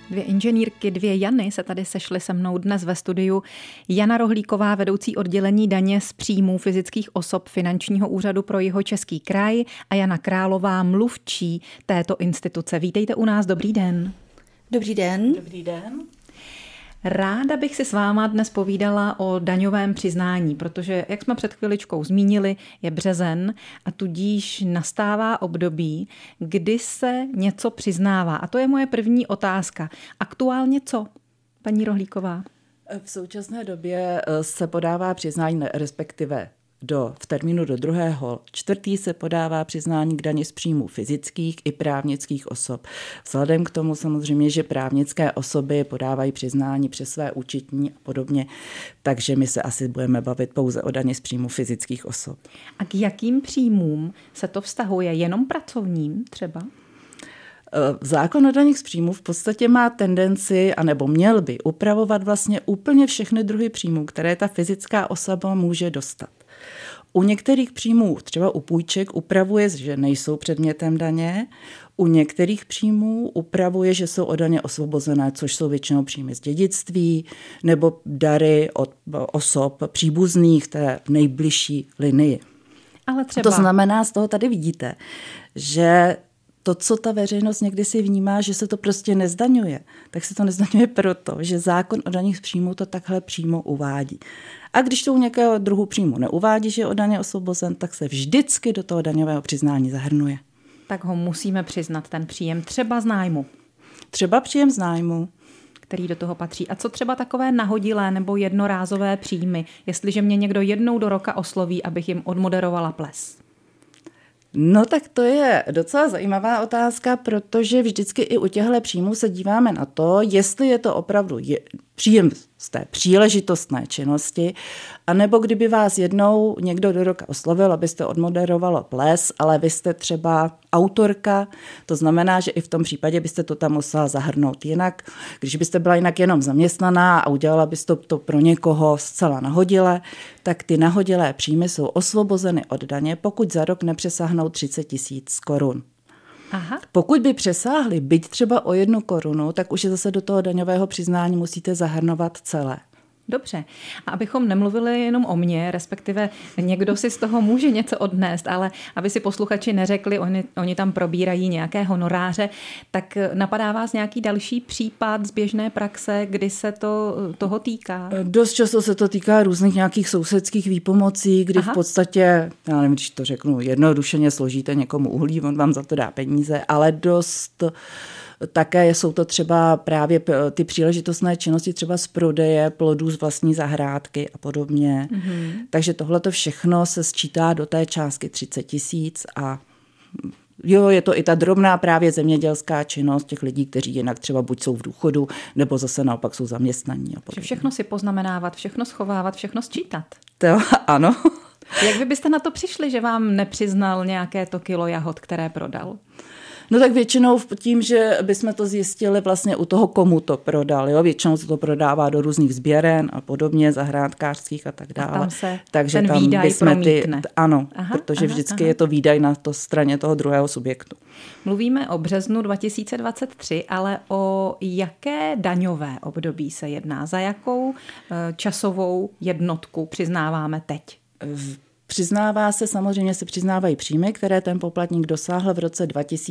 Dvě inženýrky, dvě Jany se tady sešly se mnou dnes ve studiu. Jana Rohlíková, vedoucí oddělení daně z příjmů fyzických osob Finančního úřadu pro Jihočeský kraj, a Jana Králová, mluvčí této instituce. Vítejte u nás, dobrý den. Dobrý den. Dobrý den. Ráda bych si s váma dnes povídala o daňovém přiznání, protože, jak jsme před chviličkou zmínili, je březen a tudíž nastává období, kdy se něco přiznává. A to je moje první otázka. Aktuálně co, paní Rohlíková? V současné době se podává přiznání, respektive v termínu do 2.4. se podává přiznání k dani z příjmů fyzických i právnických osob. Vzhledem k tomu samozřejmě, že právnické osoby podávají přiznání přes své účetní a podobně, takže my se asi budeme bavit pouze o dani z příjmů fyzických osob. A k jakým příjmům se to vztahuje? Jenom pracovním třeba? Zákon o daních z příjmů v podstatě má tendenci, anebo měl by upravovat vlastně úplně všechny druhy příjmů, které ta fyzická osoba může dostat. U některých příjmů, třeba u půjček, upravuje, že nejsou předmětem daně, u některých příjmů upravuje, že jsou od daně osvobozené, což jsou většinou příjmy z dědictví nebo dary od osob příbuzných té nejbližší linii. Ale třeba... To znamená, z toho tady vidíte, že to, co ta veřejnost někdy si vnímá, že se to prostě nezdaňuje, tak se to nezdaňuje proto, že zákon o daních z příjmu to takhle přímo uvádí. A když to u nějakého druhu příjmu neuvádí, že je o daně osvobozen, tak se vždycky do toho daňového přiznání zahrnuje. Tak ho musíme přiznat, ten příjem třeba z nájmu. Třeba příjem z nájmu. Který do toho patří. A co třeba takové nahodilé nebo jednorázové příjmy, jestliže mě někdo jednou do roka osloví, abych jim odmoderovala ples? No tak to je docela zajímavá otázka, protože vždycky i u těchto příjmů se díváme na to, jestli je to opravdu příjem z té příležitostné činnosti, anebo kdyby vás jednou někdo do roka oslovil, abyste odmoderovala ples, ale vy jste třeba autorka, to znamená, že i v tom případě byste to tam musela zahrnout. Jinak, když byste byla jinak jenom zaměstnaná a udělala byste to pro někoho zcela nahodile, tak ty nahodilé příjmy jsou osvobozeny od daně, pokud za rok nepřesáhnou 30 000 korun. Aha. Pokud by přesáhly byť třeba o 1 korunu, tak už je zase do toho daňového přiznání musíte zahrnovat celé. Dobře. A abychom nemluvili jenom o mně, respektive někdo si z toho může něco odnést, ale aby si posluchači neřekli, oni tam probírají nějaké honoráře, tak napadá vás nějaký další případ z běžné praxe, kdy se toho týká? Dost často se to týká různých nějakých sousedských výpomocí, kdy v podstatě, já nevím, když to řeknu jednodušeně, složíte někomu uhlí, on vám za to dá peníze, ale dost... Také jsou to třeba právě ty příležitostné činnosti třeba z prodeje plodů z vlastní zahrádky a podobně. Mm-hmm. Takže tohleto všechno se sčítá do té částky 30 000 a jo, je to i ta drobná právě zemědělská činnost těch lidí, kteří jinak třeba buď jsou v důchodu, nebo zase naopak jsou zaměstnaní. A podobně. Všechno si poznamenávat, všechno schovávat, všechno sčítat. To ano. Jak vy byste na to přišli, že vám nepřiznal nějaké to kilo jahod, které prodal? No tak většinou tím, že bychom to zjistili vlastně u toho, komu to prodal. Jo? Většinou se to prodává do různých sběren a podobně, zahrádkářských a tak dále. A tam se takže ten tam výdaj promítne. Ano, protože vždycky je to výdaj na to straně toho druhého subjektu. Mluvíme o březnu 2023, ale o jaké daňové období se jedná? Za jakou časovou jednotku přiznáváme teď? Přiznává se, samozřejmě se přiznávají příjmy, které ten poplatník dosáhl v roce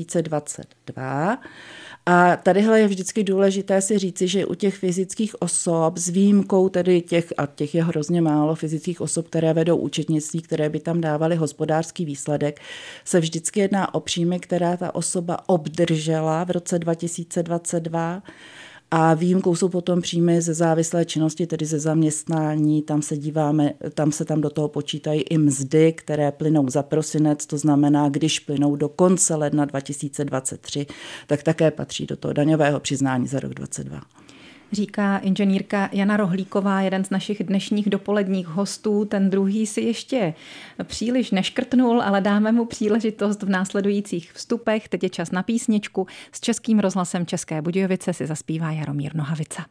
2022. A tadyhle je vždycky důležité si říci, že u těch fyzických osob s výjimkou tedy těch je hrozně málo fyzických osob, které vedou účetnictví, které by tam dávaly hospodářský výsledek, se vždycky jedná o příjmy, která ta osoba obdržela v roce 2022. A výjimkou jsou potom příjmy ze závislé činnosti, tedy ze zaměstnání. Tam se díváme, tam do toho počítají i mzdy, které plynou za prosinec, to znamená, když plynou do konce ledna 2023, tak také patří do toho daňového přiznání za rok 2022. Říká inženýrka Jana Rohlíková, jeden z našich dnešních dopoledních hostů. Ten druhý si ještě příliš neškrtnul, ale dáme mu příležitost v následujících vstupech. Teď je čas na písničku. S Českým rozhlasem České Budějovice si zaspívá Jaromír Nohavica.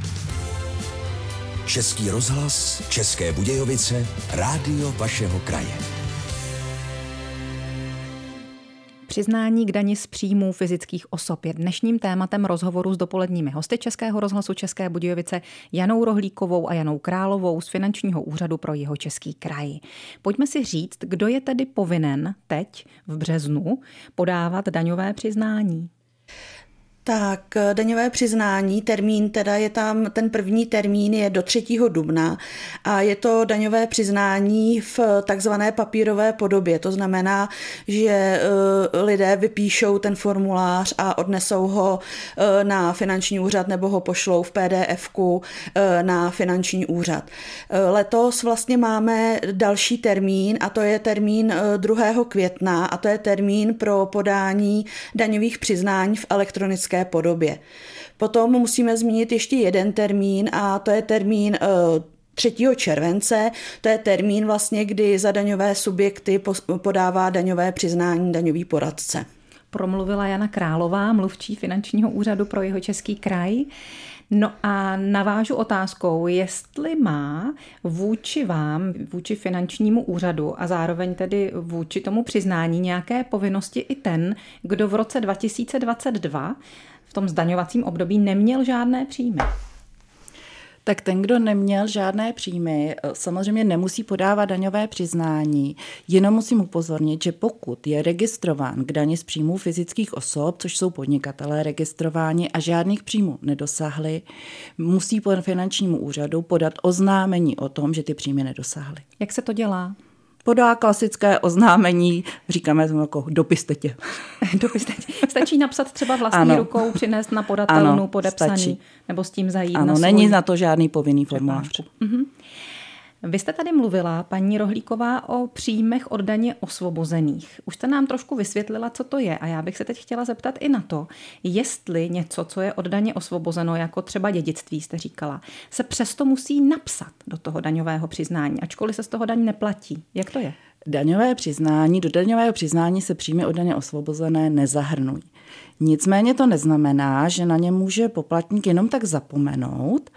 Český rozhlas České Budějovice, rádio vašeho kraje. Přiznání k dani z příjmů fyzických osob je dnešním tématem rozhovoru s dopoledními hosty Českého rozhlasu České Budějovice Janou Rohlíkovou a Janou Královou z Finančního úřadu pro Jihočeský kraj. Pojďme si říct, kdo je tedy povinen teď v březnu podávat daňové přiznání. Tak daňové přiznání, termín teda je tam, ten první termín je do 3. dubna a je to daňové přiznání v takzvané papírové podobě. To znamená, že lidé vypíšou ten formulář a odnesou ho na finanční úřad nebo ho pošlou v PDF-ku na finanční úřad. Letos vlastně máme další termín a to je termín 2. května a to je termín pro podání daňových přiznání v elektronické podobě. Potom musíme zmínit ještě jeden termín a to je termín 3. července. To je termín vlastně, kdy za daňové subjekty podává daňové přiznání daňový poradce. Promluvila Jana Králová, mluvčí Finančního úřadu pro Jihočeský kraj. No a navážu otázkou, jestli má vůči vám, vůči Finančnímu úřadu a zároveň tedy vůči tomu přiznání nějaké povinnosti i ten, kdo v roce 2022 v tom zdaňovacím období neměl žádné příjmy. Tak ten, kdo neměl žádné příjmy, samozřejmě nemusí podávat daňové přiznání, jenom musím upozornit, že pokud je registrován k dani z příjmů fyzických osob, což jsou podnikatelé registrováni a žádných příjmů nedosáhli, musí po Finančnímu úřadu podat oznámení o tom, že ty příjmy nedosáhly. Jak se to dělá? Podá klasické oznámení, říkáme tomu jako dopis tetě. Dopis tetě. Stačí napsat třeba vlastní rukou, přinést na podatelnu, podepsaný, stačí. Nebo s tím zajít na svůj... není na to žádný povinný formulář. Vy jste tady mluvila, paní Rohlíková, o příjmech od daně osvobozených. Už jste nám trošku vysvětlila, co to je a já bych se teď chtěla zeptat i na to, jestli něco, co je od daně osvobozeno, jako třeba dědictví, jste říkala, se přesto musí napsat do toho daňového přiznání, ačkoliv se z toho daň neplatí. Jak to je? Do daňového přiznání se příjmy od daně osvobozené nezahrnují. Nicméně to neznamená, že na ně může poplatník jenom tak zapomenout,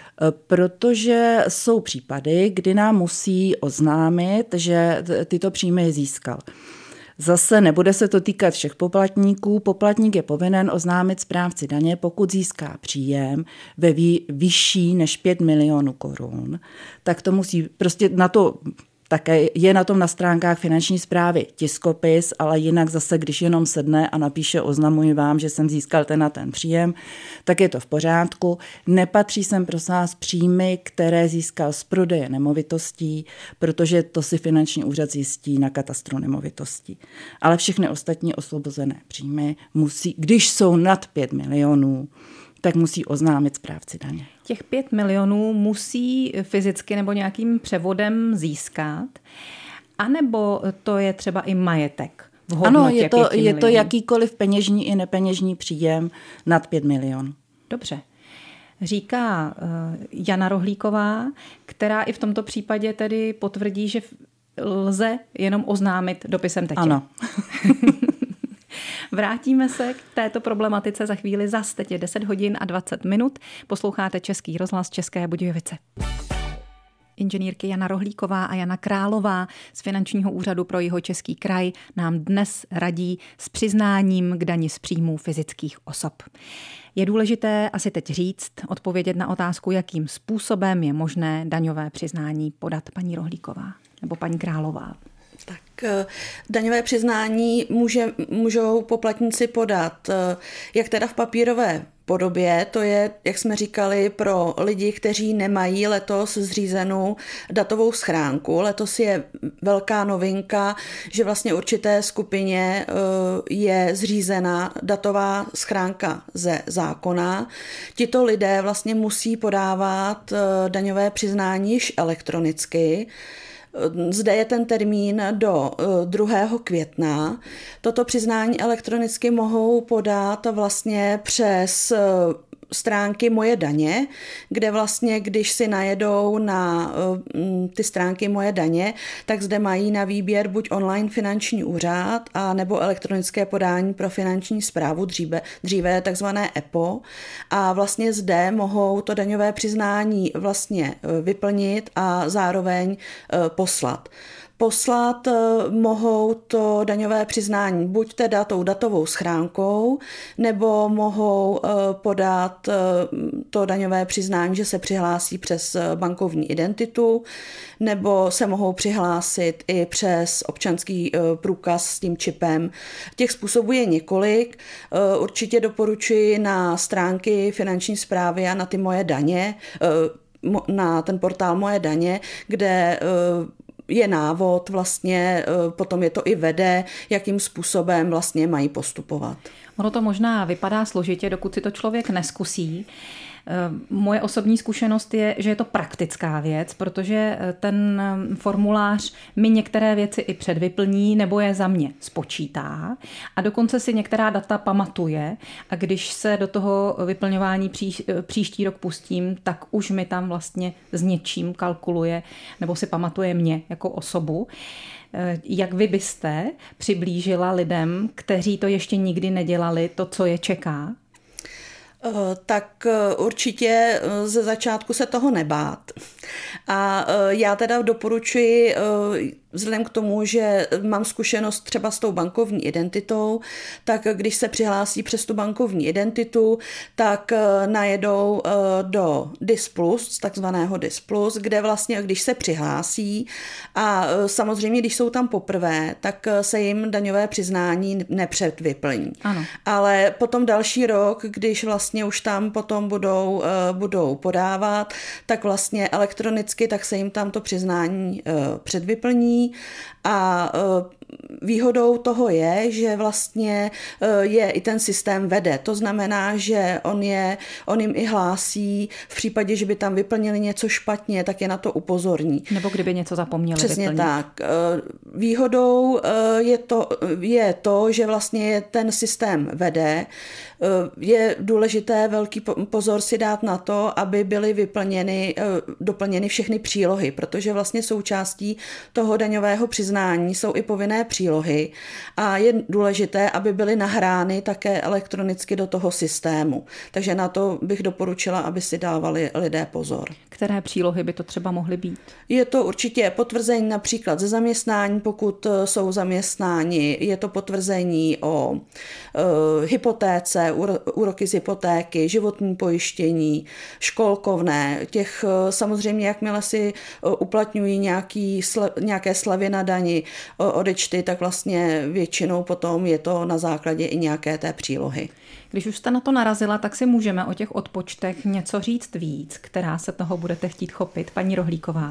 protože jsou případy, kdy nám musí oznámit, že tyto příjmy získal. Zase nebude se to týkat všech poplatníků. Poplatník je povinen oznámit správci daně, pokud získá příjem ve vyšší než 5 milionů korun, tak to musí prostě na to. Také je na tom na stránkách Finanční správy tiskopis, ale jinak zase, když jenom sedne a napíše oznamuji vám, že jsem získal ten a ten příjem, tak je to v pořádku. Nepatří sem prosím vás příjmy, které získal z prodeje nemovitostí, protože to si Finanční úřad zjistí na katastru nemovitostí. Ale všechny ostatní osvobozené příjmy musí, když jsou nad 5 milionů, tak musí oznámit správci daně. Těch 5 milionů musí fyzicky nebo nějakým převodem získat, anebo to je třeba i majetek v hodnotě ano, 5 milionů? Je to jakýkoliv peněžní i nepeněžní příjem nad 5 milionů. Dobře. Říká Jana Rohlíková, která i v tomto případě tedy potvrdí, že lze jenom oznámit dopisem tetě. Ano. Vrátíme se k této problematice za chvíli zas. Teď je 10 hodin a 20 minut. Posloucháte Český rozhlas České Budějovice. Inženýrky Jana Rohlíková a Jana Králová z Finančního úřadu pro Jihočeský kraj nám dnes radí s přiznáním k dani z příjmů fyzických osob. Je důležité asi teď říct, odpovědět na otázku, jakým způsobem je možné daňové přiznání podat, paní Rohlíková nebo paní Králová. Tak daňové přiznání můžou poplatníci podat jak teda v papírové podobě, to je, jak jsme říkali, pro lidi, kteří nemají letos zřízenou datovou schránku. Letos je velká novinka, že vlastně určité skupině je zřízena datová schránka ze zákona. Tito lidé vlastně musí podávat daňové přiznání již elektronicky. Zde je ten termín do 2. května. Toto přiznání elektronicky mohou podat vlastně přes stránky Moje daně, kde vlastně, když si najedou na ty stránky Moje daně, tak zde mají na výběr buď online finanční úřad a nebo elektronické podání pro finanční správu, dříve takzvané EPO. A vlastně zde mohou to daňové přiznání vlastně vyplnit a zároveň poslat. Poslat mohou to daňové přiznání buď teda tou datovou schránkou, nebo mohou podat to daňové přiznání, že se přihlásí přes bankovní identitu, nebo se mohou přihlásit i přes občanský průkaz s tím čipem. Těch způsobů je několik. Určitě doporučuji na stránky Finanční správy a na ty moje daně, na ten portál Moje daně, kde je návod, vlastně potom je to i vede, jakým způsobem vlastně mají postupovat. Ono to možná vypadá složitě, dokud si to člověk neskusí. Moje osobní zkušenost je, že je to praktická věc, protože ten formulář mi některé věci i předvyplní nebo je za mě spočítá a dokonce si některá data pamatuje a když se do toho vyplňování příští rok pustím, tak už mi tam vlastně s něčím kalkuluje nebo si pamatuje mě jako osobu. Jak vy byste přiblížila lidem, kteří to ještě nikdy nedělali, to, co je čeká? Tak určitě ze začátku se toho nebát. A já teda doporučuji, vzhledem k tomu, že mám zkušenost třeba s tou bankovní identitou, tak když se přihlásí přes tu bankovní identitu, tak najedou do DIS+, takzvaného DIS+, kde vlastně, když se přihlásí a samozřejmě, když jsou tam poprvé, tak se jim daňové přiznání nepředvyplní. Ano. Ale potom další rok, když vlastně už tam potom budou podávat, tak vlastně elektronicky, tak se jim tam to přiznání předvyplní a výhodou toho je, že vlastně je i ten systém vede. To znamená, že on jim i hlásí v případě, že by tam vyplnili něco špatně, tak je na to upozorní. Nebo kdyby něco zapomněli Přesně vyplnit. tak. Výhodou je to, že vlastně ten systém vede. Je důležité velký pozor si dát na to, aby byly doplněny všechny přílohy, protože vlastně součástí toho daňového přiznání jsou i povinné přílohy a je důležité, aby byly nahrány také elektronicky do toho systému. Takže na to bych doporučila, aby si dávali lidé pozor. Které přílohy by to třeba mohly být? Je to určitě potvrzení například ze zaměstnání, pokud jsou zaměstnáni, je to potvrzení o hypotéce, úroky z hypotéky, životní pojištění, školkovné. Těch samozřejmě, jakmile si uplatňují nějaké slevy na dani, odečty, tak vlastně většinou potom je to na základě i nějaké té přílohy. Když už jste na to narazila, tak si můžeme o těch odpočtech něco říct víc, která se toho budete chtít chopit. Paní Rohlíková?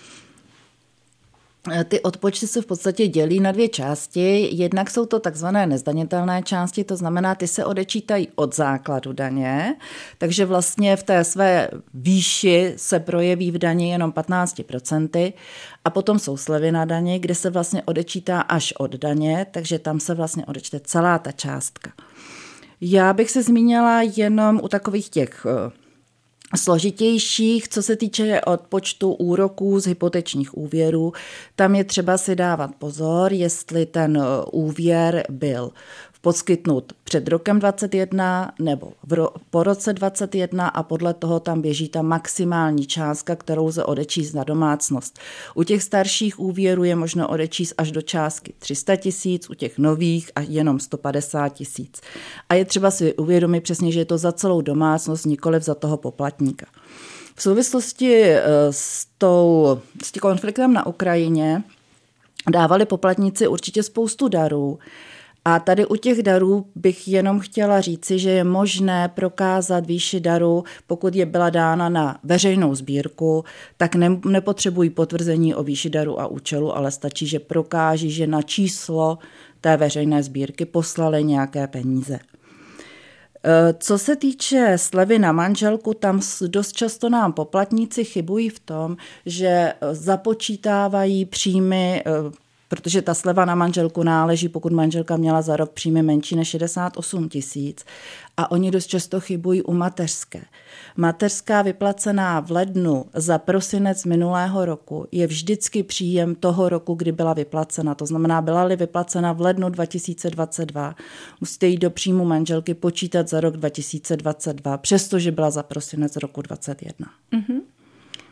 Ty odpočty se v podstatě dělí na dvě části. Jednak jsou to takzvané nezdanitelné části, to znamená, ty se odečítají od základu daně, takže vlastně v té své výši se projeví v dani jenom 15%. A potom jsou slevy na dani, kde se vlastně odečítá až od daně, takže tam se vlastně odečte celá ta částka. Já bych se zmínila jenom u takových těch složitějších, co se týče odpočtu úroků z hypotečních úvěrů. Tam je třeba si dávat pozor, jestli ten úvěr byl poskytnut před rokem 2021 nebo po roce 2021 a podle toho tam běží ta maximální částka, kterou lze odečíst na domácnost. U těch starších úvěrů je možno odečíst až do částky 300 000, u těch nových a jenom 150 000. A je třeba si uvědomit přesně, že je to za celou domácnost, nikoliv za toho poplatníka. V souvislosti s tím konfliktem na Ukrajině dávali poplatníci určitě spoustu darů. A tady u těch darů bych jenom chtěla říci, že je možné prokázat výši daru, pokud je byla dána na veřejnou sbírku, tak nepotřebují potvrzení o výši daru a účelu, ale stačí, že prokáží, že na číslo té veřejné sbírky poslali nějaké peníze. Co se týče slevy na manželku, tam dost často nám poplatníci chybují v tom, že započítávají příjmy, protože ta sleva na manželku náleží, pokud manželka měla za rok příjmy menší než 68 000 a oni dost často chybují u mateřské. Mateřská vyplacená v lednu za prosinec minulého roku je vždycky příjem toho roku, kdy byla vyplacena. To znamená, byla-li vyplacena v lednu 2022, musíte jít do příjmu manželky počítat za rok 2022, přestože byla za prosinec roku 2021. Mm-hmm.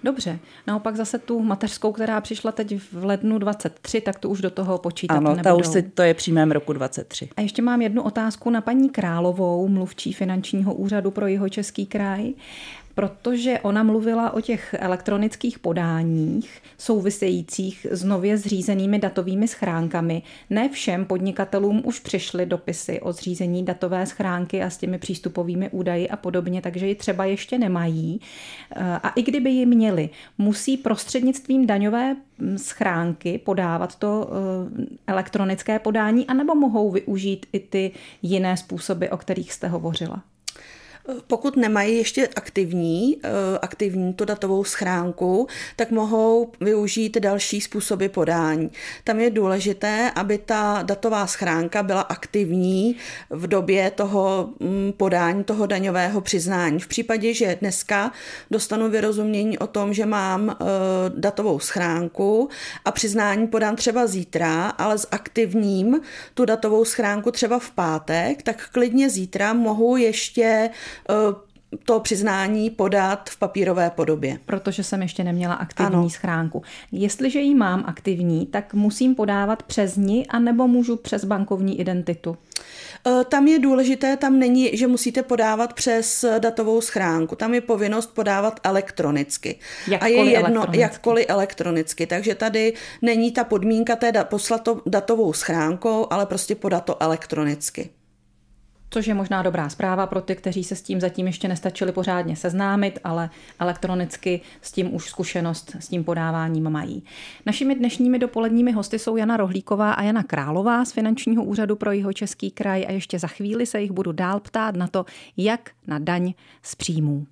Dobře, naopak zase tu mateřskou, která přišla teď v lednu 23, tak tu už do toho počítat nebudou. Ano, to je příjmem roku 23. A ještě mám jednu otázku na paní Královou, mluvčí finančního úřadu pro Jihočeský kraj, protože ona mluvila o těch elektronických podáních souvisejících s nově zřízenými datovými schránkami. Ne všem podnikatelům už přišly dopisy o zřízení datové schránky a s těmi přístupovými údaji a podobně, takže ji třeba ještě nemají. A i kdyby ji měli, musí prostřednictvím daňové schránky podávat to elektronické podání, anebo mohou využít i ty jiné způsoby, o kterých jste hovořila? Pokud nemají ještě aktivní tu datovou schránku, tak mohou využít další způsoby podání. Tam je důležité, aby ta datová schránka byla aktivní v době toho podání toho daňového přiznání. V případě, že dneska dostanu vyrozumění o tom, že mám datovou schránku a přiznání podám třeba zítra, ale s aktivním tu datovou schránku třeba v pátek, tak klidně zítra mohu ještě to přiznání podat v papírové podobě. Protože jsem ještě neměla aktivní schránku. Jestliže ji mám aktivní, tak musím podávat přes ní, anebo můžu přes bankovní identitu? Tam je důležité, tam není, že musíte podávat přes datovou schránku. Tam je povinnost podávat elektronicky. Jakkoliv a je jedno, elektronicky. jakkoliv elektronicky. Takže tady není ta podmínka poslat to datovou schránkou, ale prostě podat to elektronicky. Což je možná dobrá zpráva pro ty, kteří se s tím zatím ještě nestačili pořádně seznámit, ale elektronicky s tím už zkušenost s tím podáváním mají. Našimi dnešními dopoledními hosty jsou Jana Rohlíková a Jana Králová z Finančního úřadu pro Jihočeský kraj a ještě za chvíli se jich budu dál ptát na to, jak na daň z příjmů.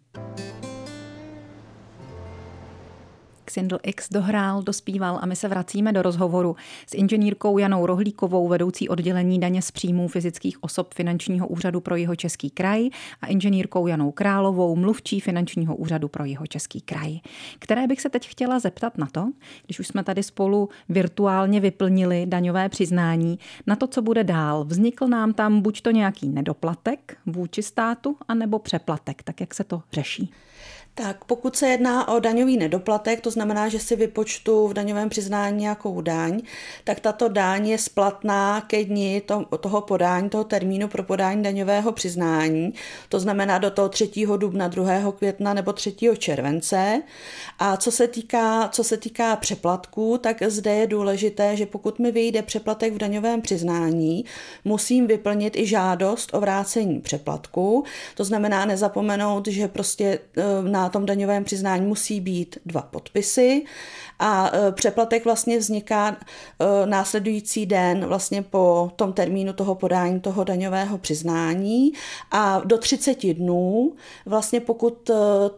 Xindl X dohrál, dospíval a my se vracíme do rozhovoru s inženýrkou Janou Rohlíkovou, vedoucí oddělení daně z příjmů fyzických osob Finančního úřadu pro Jihočeský kraj a inženýrkou Janou Královou, mluvčí Finančního úřadu pro Jihočeský kraj. Které bych se teď chtěla zeptat na to, když už jsme tady spolu virtuálně vyplnili daňové přiznání, na to, co bude dál. Vznikl nám tam buď to nějaký nedoplatek vůči státu, anebo přeplatek. Tak jak se to řeší? Tak pokud se jedná o daňový nedoplatek, to znamená, že si vypočtu v daňovém přiznání nějakou daň, tak tato daň je splatná ke dni toho podání, toho termínu pro podání daňového přiznání, to znamená do toho 3. dubna, 2. května nebo 3. července. A co se týká přeplatků, tak zde je důležité, že pokud mi vyjde přeplatek v daňovém přiznání, musím vyplnit i žádost o vrácení přeplatku. To znamená nezapomenout, že prostě na tom daňovém přiznání musí být 2 podpisy a přeplatek vlastně vzniká následující den vlastně po tom termínu toho podání toho daňového přiznání a do 30 dnů vlastně pokud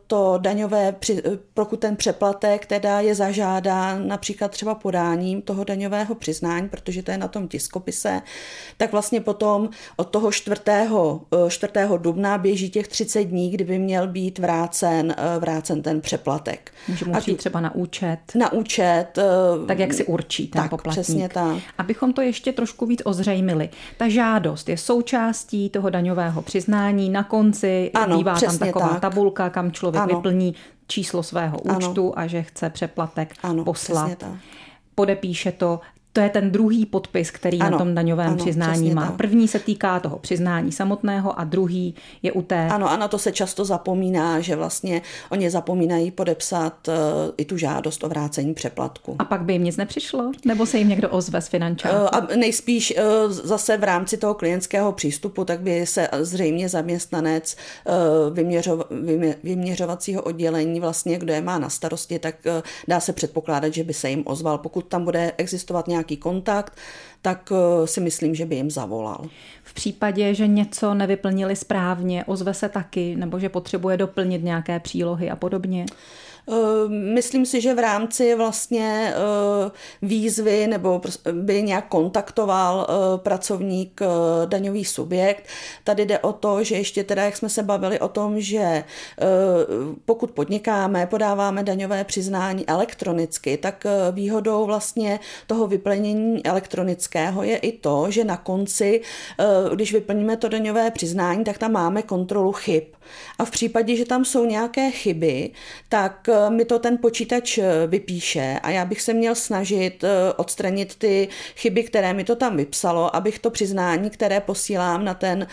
ten přeplatek teda je zažádán například třeba podáním toho daňového přiznání, protože to je na tom tiskopise, tak vlastně potom od toho 4. dubna běží těch 30 dní, kdyby měl být vrácen ten přeplatek. Můžu přijít třeba na účet. Na účet. Tak, jak si určí ten poplatník. Přesně tak. Abychom to ještě trošku víc ozřejmili. Ta žádost je součástí toho daňového přiznání. Na konci bývá tam taková tabulka, kam člověk vyplní číslo svého účtu a že chce přeplatek poslat. Podepíše to. To je ten druhý podpis, který na tom daňovém přiznání má. První se týká toho přiznání samotného a druhý je u té... Ano, to se často zapomíná, že vlastně oni zapomínají podepsat i tu žádost o vrácení přeplatku. A pak by jim nic nepřišlo? Nebo se jim někdo ozve z finančáku? A nejspíš zase v rámci toho klientského přístupu, tak by se zřejmě zaměstnanec vyměřovacího oddělení, vlastně, kdo je má na starosti, tak dá se předpokládat, že by se jim ozval. Pokud tam bude existovat nějaký kontakt, tak si myslím, že by jim zavolal. V případě, že něco nevyplnili správně, ozve se taky, nebo že potřebuje doplnit nějaké přílohy a podobně? Myslím si, že v rámci vlastně výzvy nebo by nějak kontaktoval pracovník daňový subjekt. Tady jde o to, že ještě teda, jak jsme se bavili o tom, že pokud podnikáme, podáváme daňové přiznání elektronicky, tak výhodou vlastně toho vyplnění hezkého, je i to, že na konci, když vyplníme to daňové přiznání, tak tam máme kontrolu chyb. A v případě, že tam jsou nějaké chyby, tak mi to ten počítač vypíše a já bych se měl snažit odstranit ty chyby, které mi to tam vypsalo, abych to přiznání, které posílám na ten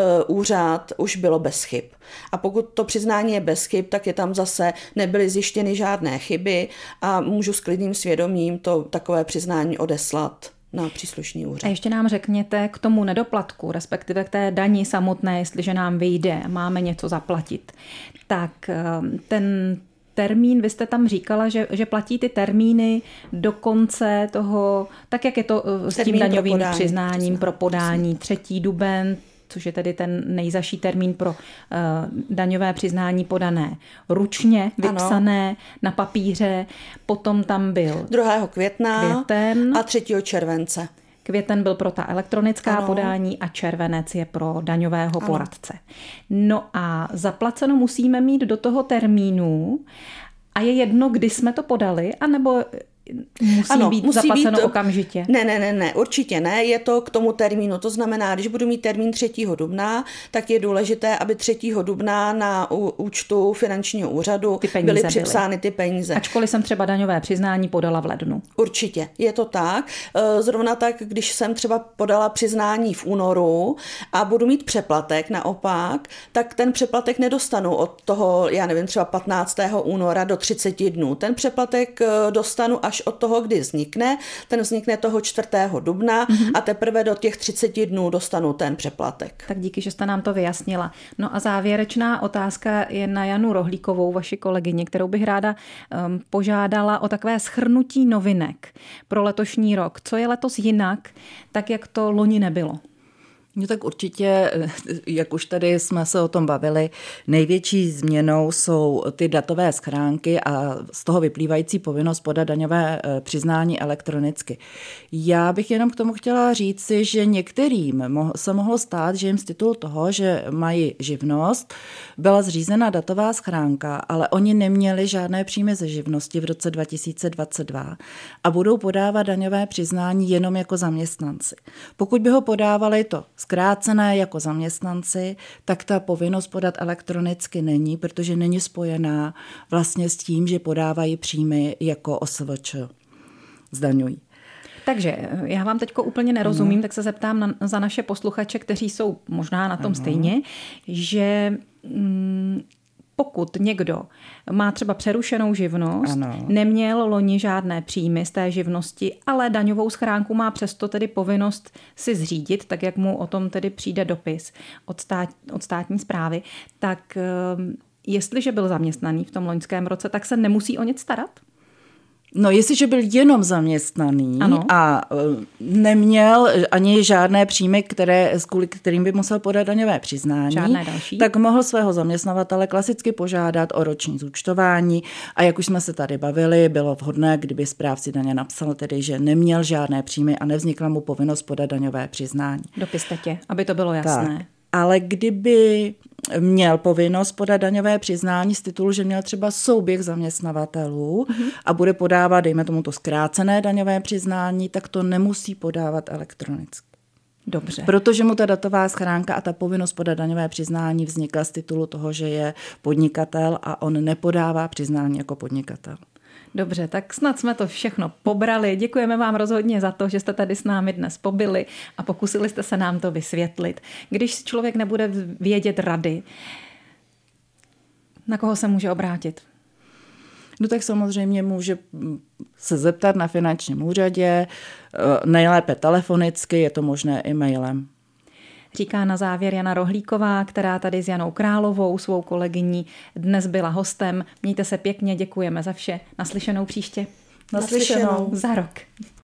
úřad, už bylo bez chyb. A pokud to přiznání je bez chyb, tak je tam zase nebyly zjištěny žádné chyby a můžu s klidným svědomím to takové přiznání odeslat na příslušný úřad. A ještě nám řekněte k tomu nedoplatku, respektive k té dani samotné, jestliže nám vyjde, máme něco zaplatit. Tak ten termín, vy jste tam říkala, že platí ty termíny do konce toho, tak jak je to s tím daňovým přiznáním pro podání 3. duben, což je tedy ten nejzazší termín pro daňové přiznání podané ručně, vypsané na papíře. Potom tam byl 2. května a 3. července. Květen byl pro ta elektronická podání a červenec je pro daňového poradce. No a zaplaceno musíme mít do toho termínu a je jedno, kdy jsme to podali, anebo musí zaplaceno okamžitě? Ne, určitě ne, je to k tomu termínu. To znamená, když budu mít termín 3. dubna, tak je důležité, aby 3. dubna na účtu finančního úřadu byly připsány ty peníze. Ačkoliv jsem třeba daňové přiznání podala v lednu. Určitě, je to tak. Zrovna tak, když jsem třeba podala přiznání v únoru a budu mít přeplatek naopak, tak ten přeplatek nedostanu od toho, já nevím, třeba 15. února do 30 dnů. Ten přeplatek dostanu až od toho, kdy vznikne. Ten vznikne toho 4. dubna a teprve do těch 30 dnů dostanu ten přeplatek. Tak díky, že jste nám to vyjasnila. No a závěrečná otázka je na Janu Rohlíkovou, vaši kolegyni, kterou bych ráda požádala o takové shrnutí novinek pro letošní rok. Co je letos jinak, tak jak to loni nebylo? No tak určitě, jak už tady jsme se o tom bavili, největší změnou jsou ty datové schránky a z toho vyplývající povinnost podat daňové přiznání elektronicky. Já bych jenom k tomu chtěla říci, že některým se mohlo stát, že jim z titulu toho, že mají živnost, byla zřízena datová schránka, ale oni neměli žádné příjmy ze živnosti v roce 2022 a budou podávat daňové přiznání jenom jako zaměstnanci. Pokud by ho podávali to zkrácené jako zaměstnanci, tak ta povinnost podat elektronicky není, protože není spojená vlastně s tím, že podávají příjmy jako OSVČ. Zdaňují. Takže já vám teďko úplně nerozumím, tak se zeptám za naše posluchače, kteří jsou možná na tom stejně, že pokud někdo má třeba přerušenou živnost, neměl loni žádné příjmy z té živnosti, ale daňovou schránku má přesto tedy povinnost si zřídit, tak jak mu o tom tedy přijde dopis od státní správy, tak jestliže byl zaměstnaný v tom loňském roce, tak se nemusí o nic starat? No, jestliže byl jenom zaměstnaný a neměl ani žádné příjmy, kvůli kterým by musel podat daňové přiznání, tak mohl svého zaměstnavatele klasicky požádat o roční zúčtování a jak už jsme se tady bavili, bylo vhodné, kdyby správci daně napsal tedy, že neměl žádné příjmy a nevznikla mu povinnost podat daňové přiznání. Dopis tě, aby to bylo jasné. Tak. Ale kdyby měl povinnost podat daňové přiznání z titulu, že měl třeba souběh zaměstnavatelů a bude podávat, dejme tomu to zkrácené daňové přiznání, tak to nemusí podávat elektronicky. Dobře. Protože mu ta datová schránka a ta povinnost podat daňové přiznání vznikla z titulu toho, že je podnikatel a on nepodává přiznání jako podnikatel. Dobře, tak snad jsme to všechno pobrali. Děkujeme vám rozhodně za to, že jste tady s námi dnes pobyli a pokusili jste se nám to vysvětlit. Když člověk nebude vědět rady, na koho se může obrátit? No tak samozřejmě může se zeptat na finančním úřadě, nejlépe telefonicky, je to možné i mailem. Říká na závěr Jana Rohlíková, která tady s Janou Královou, svou kolegyní, dnes byla hostem. Mějte se pěkně, děkujeme za vše. Naslyšenou příště. Naslyšenou. Za rok.